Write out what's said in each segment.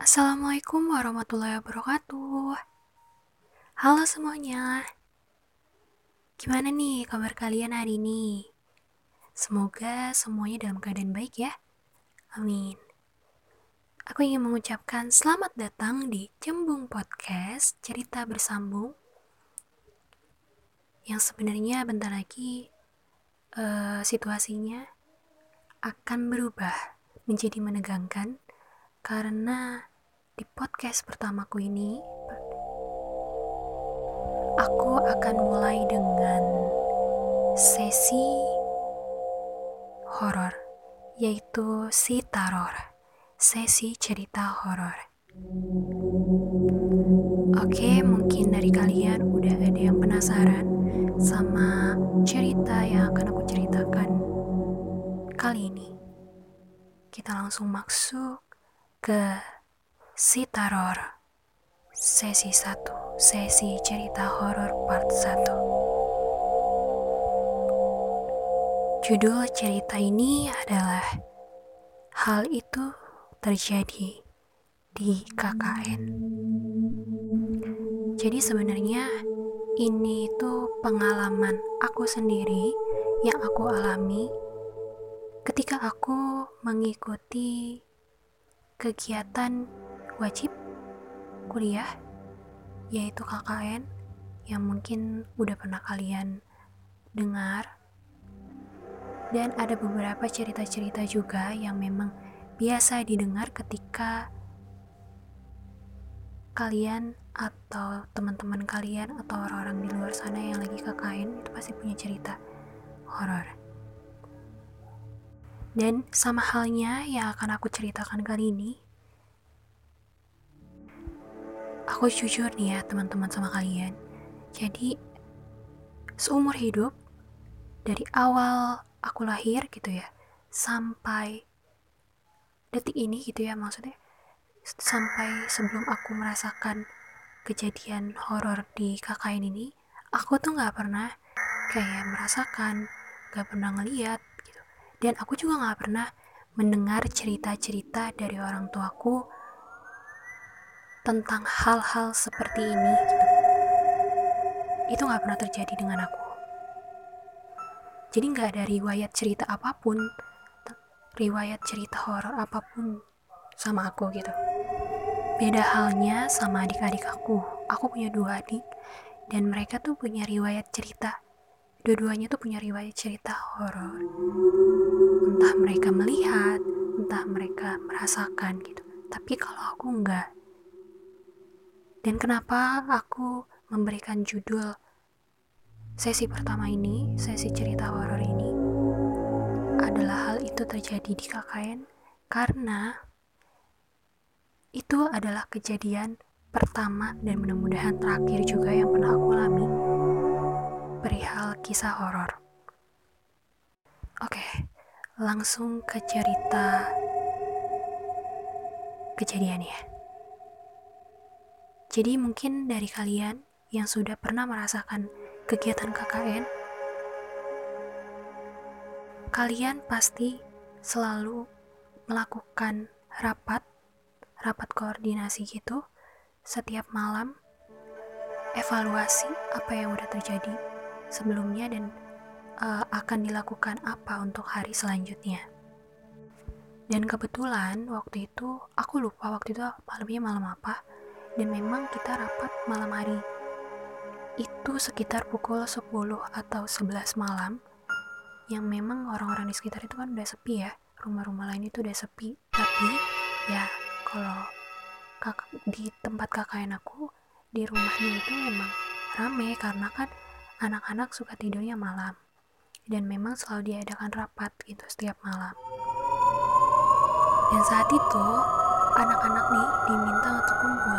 Assalamualaikum warahmatullahi wabarakatuh. Halo semuanya, gimana nih kabar kalian hari ini? Semoga semuanya dalam keadaan baik ya. Amin. Aku ingin mengucapkan selamat datang di Cembung Podcast Cerita Bersambung, yang sebenarnya bentar lagi situasinya akan berubah menjadi menegangkan, karena di podcast pertamaku ini aku akan mulai dengan sesi horor, yaitu si Taror, sesi cerita horor. Oke, mungkin dari kalian udah ada yang penasaran sama cerita yang akan aku ceritakan kali ini. Kita langsung masuk ke si Taror, sesi 1, sesi cerita horor part 1. Judul cerita ini adalah Hal Itu Terjadi di KKN. Jadi sebenarnya ini tuh pengalaman aku sendiri yang aku alami ketika aku mengikuti kegiatan wajib kuliah, yaitu KKN, yang mungkin udah pernah kalian dengar. Dan ada beberapa cerita-cerita juga yang memang biasa didengar ketika kalian atau teman-teman kalian atau orang-orang di luar sana yang lagi KKN itu pasti punya cerita horor. Dan sama halnya yang akan aku ceritakan kali ini, aku jujur nih ya teman-teman sama kalian. Jadi seumur hidup, dari awal aku lahir gitu ya, sampai detik ini gitu ya, maksudnya sampai sebelum aku merasakan kejadian horor di KKN ini, aku tuh gak pernah kayak merasakan, gak pernah ngeliat gitu. Dan aku juga gak pernah mendengar cerita-cerita dari orang tuaku tentang hal-hal seperti ini gitu. Itu gak pernah terjadi dengan aku. Jadi gak ada riwayat cerita apapun, riwayat cerita horor apapun sama aku gitu. Beda halnya sama adik-adik aku. Aku punya 2 adik, dan mereka tuh punya riwayat cerita. Dua-duanya tuh punya riwayat cerita horor. Entah mereka melihat, entah mereka merasakan gitu. Tapi kalau aku enggak. Dan kenapa aku memberikan judul sesi pertama ini, sesi cerita horor ini, adalah hal itu terjadi di KKN, karena itu adalah kejadian pertama dan mudah-mudahan terakhir juga yang pernah aku alami perihal kisah horor. Oke, langsung ke cerita kejadiannya. Jadi mungkin dari kalian yang sudah pernah merasakan kegiatan KKN, kalian pasti selalu melakukan rapat koordinasi gitu setiap malam, evaluasi apa yang udah terjadi sebelumnya dan akan dilakukan apa untuk hari selanjutnya. Dan kebetulan waktu itu aku lupa waktu itu malamnya malam apa, dan memang kita rapat malam hari itu sekitar pukul 10 atau 11 malam, yang memang orang-orang di sekitar itu kan udah sepi ya, rumah-rumah lain itu udah sepi. Tapi ya kalau di tempat KKN aku, di rumahnya itu memang rame karena kan anak-anak suka tidurnya malam, dan memang selalu diadakan rapat gitu setiap malam. Dan saat itu anak-anak nih diminta untuk kumpul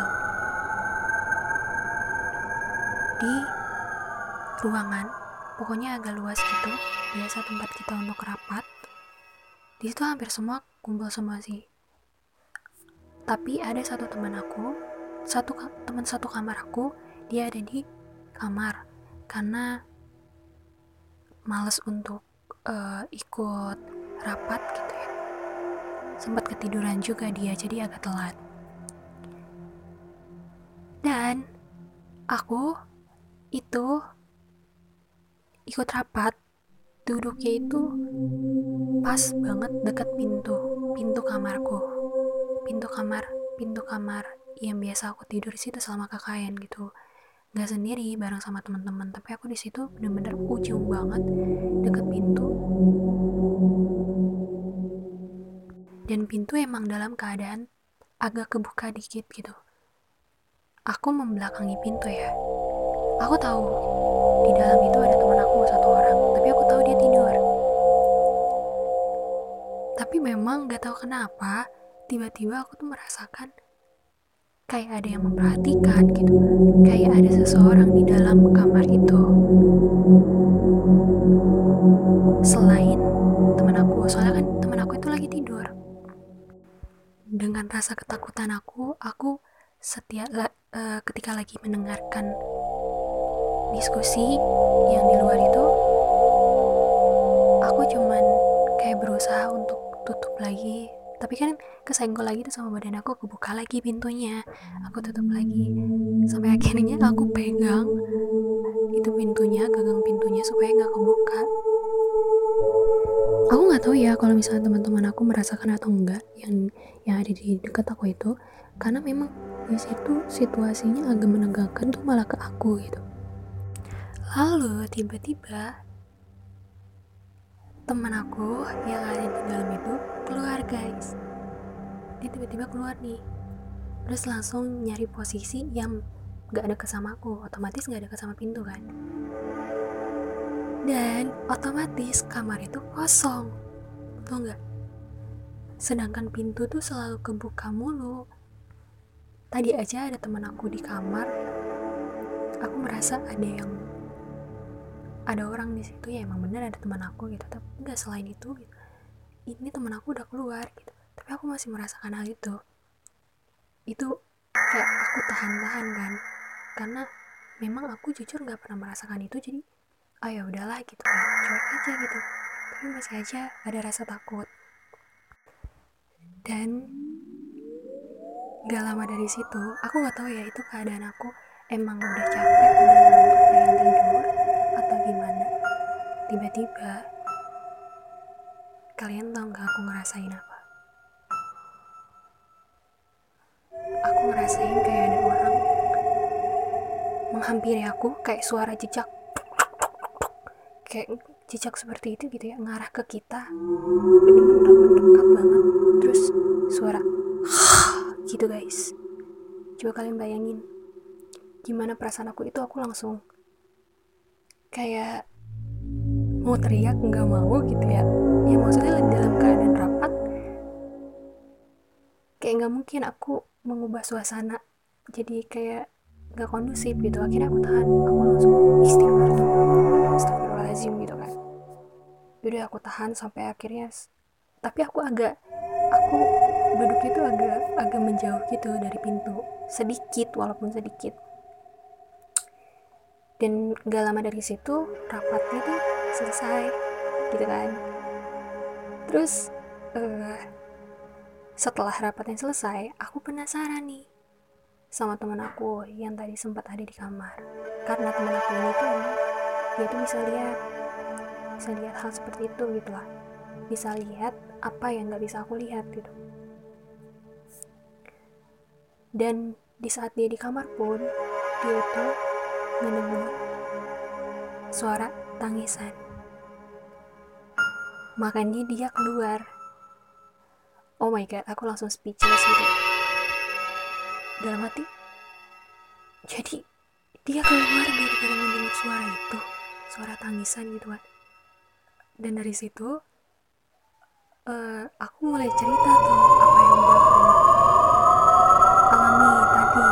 di ruangan, pokoknya agak luas gitu, biasa tempat kita untuk rapat. Di situ hampir semua kumpul semua sih. Tapi ada satu teman aku, teman satu kamar aku, dia ada di kamar karena malas untuk ikut rapat gitu ya. Sempat ketiduran juga dia, jadi agak telat. Dan aku itu ikut rapat, duduknya itu pas banget deket pintu kamarku, pintu kamar yang biasa aku tidur di situ selama KKN gitu. Nggak sendiri, bareng sama teman-teman, tapi aku di situ bener-bener ujung banget deket pintu. Dan pintu emang dalam keadaan agak kebuka dikit gitu. Aku membelakangi pintu ya. Aku tahu di dalam itu ada teman aku satu orang, tapi aku tahu dia tidur. Tapi memang gak tahu kenapa, tiba-tiba aku tuh merasakan kayak ada yang memperhatikan gitu. Kayak ada seseorang di dalam kamar itu. Selain teman aku, soalnya kan teman aku itu lagi tidur. Dengan rasa ketakutan aku ketika lagi mendengarkan diskusi yang di luar itu, aku cuman kayak berusaha untuk tutup lagi, tapi kan kesenggol lagi tuh sama badan aku, kebuka lagi pintunya, aku tutup lagi, sampai akhirnya aku pegang itu pintunya, gagang pintunya supaya nggak kebuka. Aku nggak tahu ya kalau misalnya teman-teman aku merasakan atau enggak yang ada di dekat aku itu, karena memang di situ situasinya agak menegangkan tuh malah ke aku gitu. Lalu tiba-tiba teman aku yang ada di dalam itu keluar guys. Dia tiba-tiba keluar nih, terus langsung nyari posisi yang gak deket sama aku, otomatis gak deket sama pintu kan. Dan otomatis kamar itu kosong, tau gak? Sedangkan pintu tuh selalu kebuka mulu. Tadi aja ada teman aku di kamar, aku merasa ada orang di situ, ya emang bener ada teman aku gitu, tapi nggak, selain itu gitu. Ini teman aku udah keluar gitu, tapi aku masih merasakan hal itu kayak aku tahan-tahan kan, karena memang aku jujur nggak pernah merasakan itu, jadi ya udahlah gitu kan, cuek aja gitu, tapi masih aja ada rasa takut. Dan gak lama dari situ, aku nggak tahu ya itu keadaan aku emang udah capek, udah ngantuk pengen tidur atau gimana, tiba-tiba kalian tahu nggak aku ngerasain apa? Aku ngerasain kayak ada orang menghampiri aku, kayak suara jejak, kayak jejak seperti itu gitu ya, ngarah ke kita, bener-bener mendekat banget, terus suara gitu guys. Coba kalian bayangin gimana perasaan aku itu. Aku langsung kayak mau teriak, nggak mau gitu ya, ya maksudnya dalam keadaan rapat kayak nggak mungkin aku mengubah suasana jadi kayak nggak kondusif gitu. Akhirnya aku tahan, aku langsung istighfar tuh, astagfirullahaladzim gitu kan. Udah aku tahan sampai akhirnya, tapi aku duduknya tuh agak menjauh gitu dari pintu, sedikit, walaupun sedikit. Dan gak lama dari situ rapatnya tuh selesai gitu kan. Terus setelah rapatnya selesai, aku penasaran nih sama teman aku yang tadi sempat ada di kamar, karena teman aku ini tuh emang dia tuh bisa lihat hal seperti itu gitu lah, bisa lihat apa yang nggak bisa aku lihat gitu. Dan di saat dia di kamar pun, dia itu mendengar suara tangisan, makanya dia keluar. Oh my god, aku langsung speechless gitu dalam hati. Jadi dia keluar gara-gara mendengar suara itu, suara tangisan gitu kan. Dan dari situ aku mulai cerita tuh apa yang udah aku alami tadi.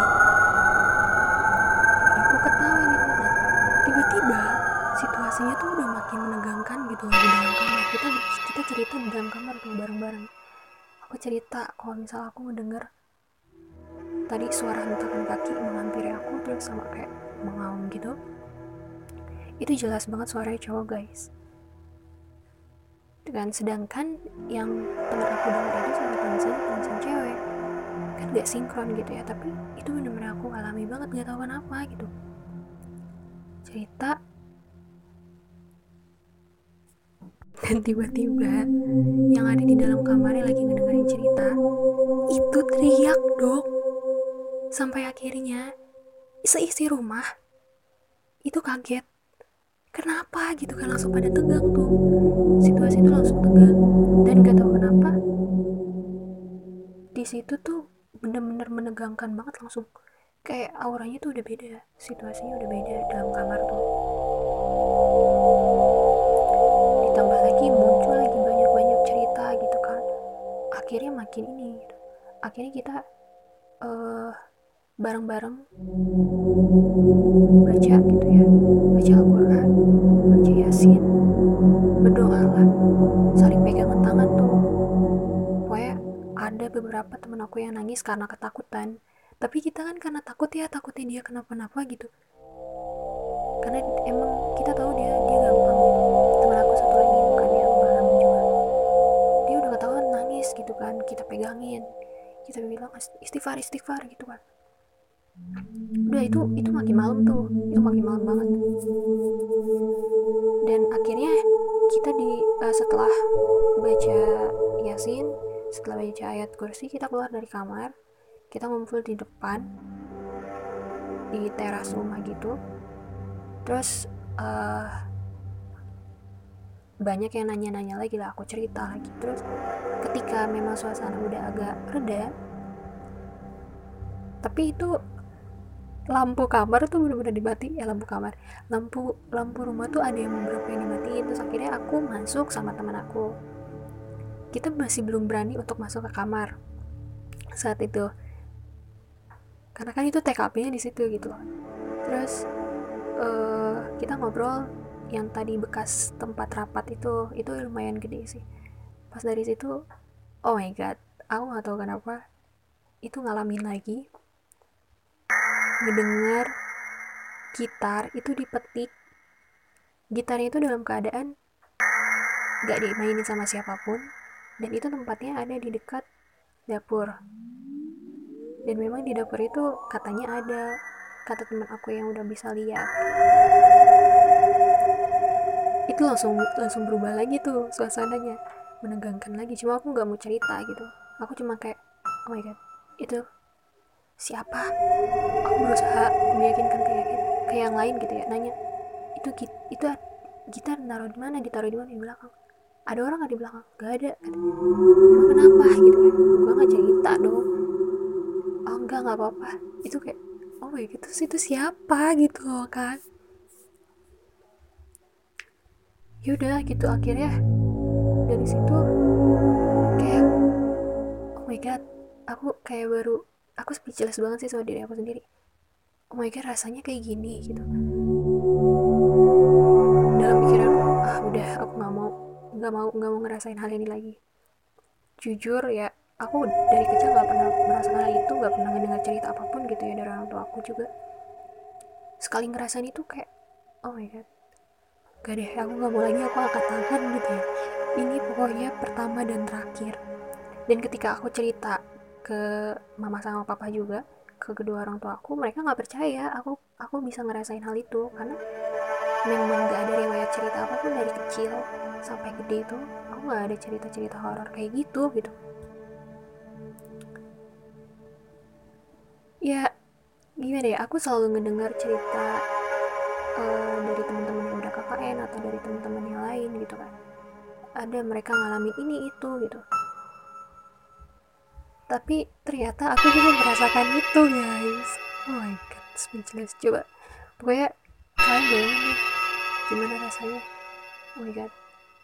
Aku ketawa gitu. Nah, tiba-tiba situasinya tuh udah makin menegangkan gitu di dalam kamar. Kita cerita di dalam kamar tuh bareng-bareng. Aku cerita kalau misal aku ngedenger tadi suara hentakan kaki menghampiri aku, terus sama kayak mengaum gitu. Itu jelas banget suaranya cowok guys. Dan sedangkan yang teman aku dengar itu suara tangisan cewek. Kan gak sinkron gitu ya, tapi itu bener-bener aku alami banget, gak tahu kenapa gitu. Cerita dan tiba-tiba yang ada di dalam kamarnya lagi ngedengerin cerita itu teriak dong, sampai akhirnya seisi rumah itu kaget. Kenapa gitu kan, langsung pada tegang tuh, situasi itu langsung tegang. Dan gak tahu kenapa di situ tuh bener-bener menegangkan banget, langsung kayak auranya tuh udah beda, situasinya udah beda dalam kamar tuh. Ditambah lagi muncul lagi banyak-banyak cerita gitu kan, akhirnya makin ini gitu. Akhirnya kita uh, bareng-bareng baca gitu ya, baca Al-Quran, baca Yasin, berdoa lah, saling pegangan tangan tuh. Pokoknya ada beberapa temen aku yang nangis karena ketakutan, tapi kita kan karena takut ya, takutnya dia kenapa-napa gitu, karena emang kita tahu dia gampang gitu. Temen aku satu lagi bukan yang ngalamin juga, dia udah ketahuan nangis gitu kan, kita pegangin, kita bilang istighfar istighfar gitu kan. Udah itu makin malam tuh, itu makin malam banget. Dan akhirnya kita setelah baca Yasin, setelah baca ayat kursi, kita keluar dari kamar, kita ngumpul di depan di teras rumah gitu. Terus banyak yang nanya-nanya lagi lah, aku cerita lagi. Terus ketika memang suasana udah agak reda, tapi itu lampu kamar tuh bener-bener dimatiin ya, lampu rumah tuh ada yang beberapa yang dimatiin. Terus akhirnya aku masuk sama teman aku, kita masih belum berani untuk masuk ke kamar saat itu, karena kan itu TKP-nya di situ gitu loh. Terus kita ngobrol yang tadi bekas tempat rapat itu lumayan gede sih. Pas dari situ, oh my god, aku nggak tahu kenapa itu ngalamin lagi ngedengar gitar itu dipetik. Gitarnya itu dalam keadaan gak dimainin sama siapapun, dan itu tempatnya ada di dekat dapur. Dan memang di dapur itu katanya ada, kata teman aku yang udah bisa lihat. Itu langsung berubah lagi tuh suasananya, menegangkan lagi. Cuma aku nggak mau cerita gitu, aku cuma kayak oh my god, itu siapa. Aku berusaha meyakinkan ke yang lain gitu ya, nanya itu gitar ditaruh di mana, di belakang. Ada orang nggak di belakang? Gak ada. Emang kenapa gitu kan? Gue nggak cerita dong. Oh enggak, nggak apa-apa. Itu kayak oh my god, itu siapa gitu loh kan. Yaudah gitu, akhirnya dari situ kayak oh my god, aku speechless banget sih sama diri aku sendiri. Oh my god, rasanya kayak gini gitu. Dalam pikiranku, udah, aku nggak mau ngerasain hal ini lagi. Jujur ya, aku dari kecil nggak pernah merasakan hal itu, nggak pernah mendengar cerita apapun gitu ya dari orang tua aku juga. Sekali ngerasain itu kayak oh my god, gak deh, aku nggak mau lagi, aku angkat tangan gitu ya. Ini pokoknya pertama dan terakhir. Dan ketika aku cerita ke mama sama papa juga, ke kedua orang tua aku, mereka nggak percaya aku bisa ngerasain hal itu, karena memang nggak ada riwayat cerita apapun dari kecil sampai gede itu. Aku nggak ada cerita-cerita horor kayak gitu. Ya gimana ya, aku selalu ngedengar cerita dari teman-teman yang udah KKN atau dari teman-teman yang lain gitu kan, ada mereka ngalamin ini itu gitu, tapi ternyata aku juga merasakan itu guys. Oh my god, speechless. Coba pokoknya kalian bayangin nih gimana rasanya. Oh my god,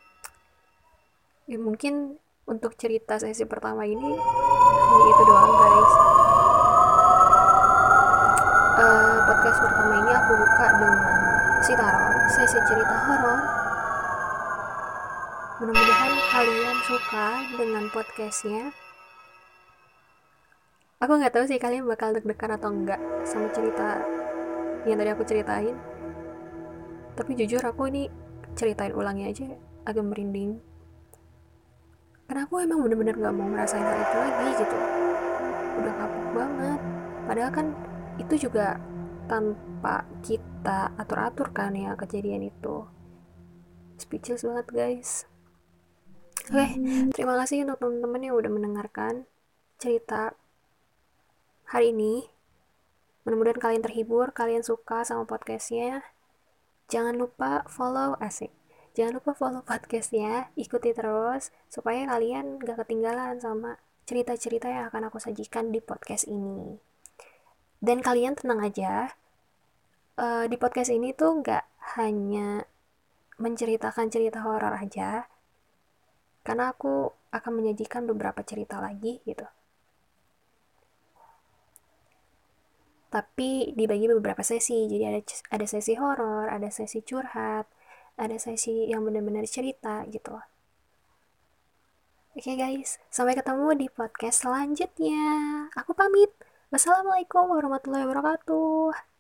ya mungkin untuk cerita sesi pertama ini hanya itu doang guys. Podcast pertama ini aku buka dengan sesi cerita horor. Mudah-mudahan kalian suka dengan podcastnya. Aku nggak tahu sih kalian bakal deg-degan atau enggak sama cerita yang tadi aku ceritain. Tapi jujur aku ini ceritain ulangnya aja agak merinding. Karena aku emang bener-bener nggak mau ngerasain hal itu lagi gitu. Udah kapok banget. Padahal kan itu juga tanpa kita atur-atur kan ya kejadian itu. Speechless banget guys. Oke, terima kasih untuk teman-teman yang udah mendengarkan cerita hari ini. Mudah-mudahan kalian terhibur, kalian suka sama podcastnya. Jangan lupa follow asik. Jangan lupa follow podcastnya, ikuti terus supaya kalian gak ketinggalan sama cerita-cerita yang akan aku sajikan di podcast ini. Dan kalian tenang aja, di podcast ini tuh gak hanya menceritakan cerita horor aja, karena aku akan menyajikan beberapa cerita lagi gitu. Tapi dibagi beberapa sesi, jadi ada sesi horor, ada sesi curhat, ada sesi yang benar-benar cerita gitu. Oke guys, sampai ketemu di podcast selanjutnya. Aku pamit. Wassalamualaikum warahmatullahi wabarakatuh.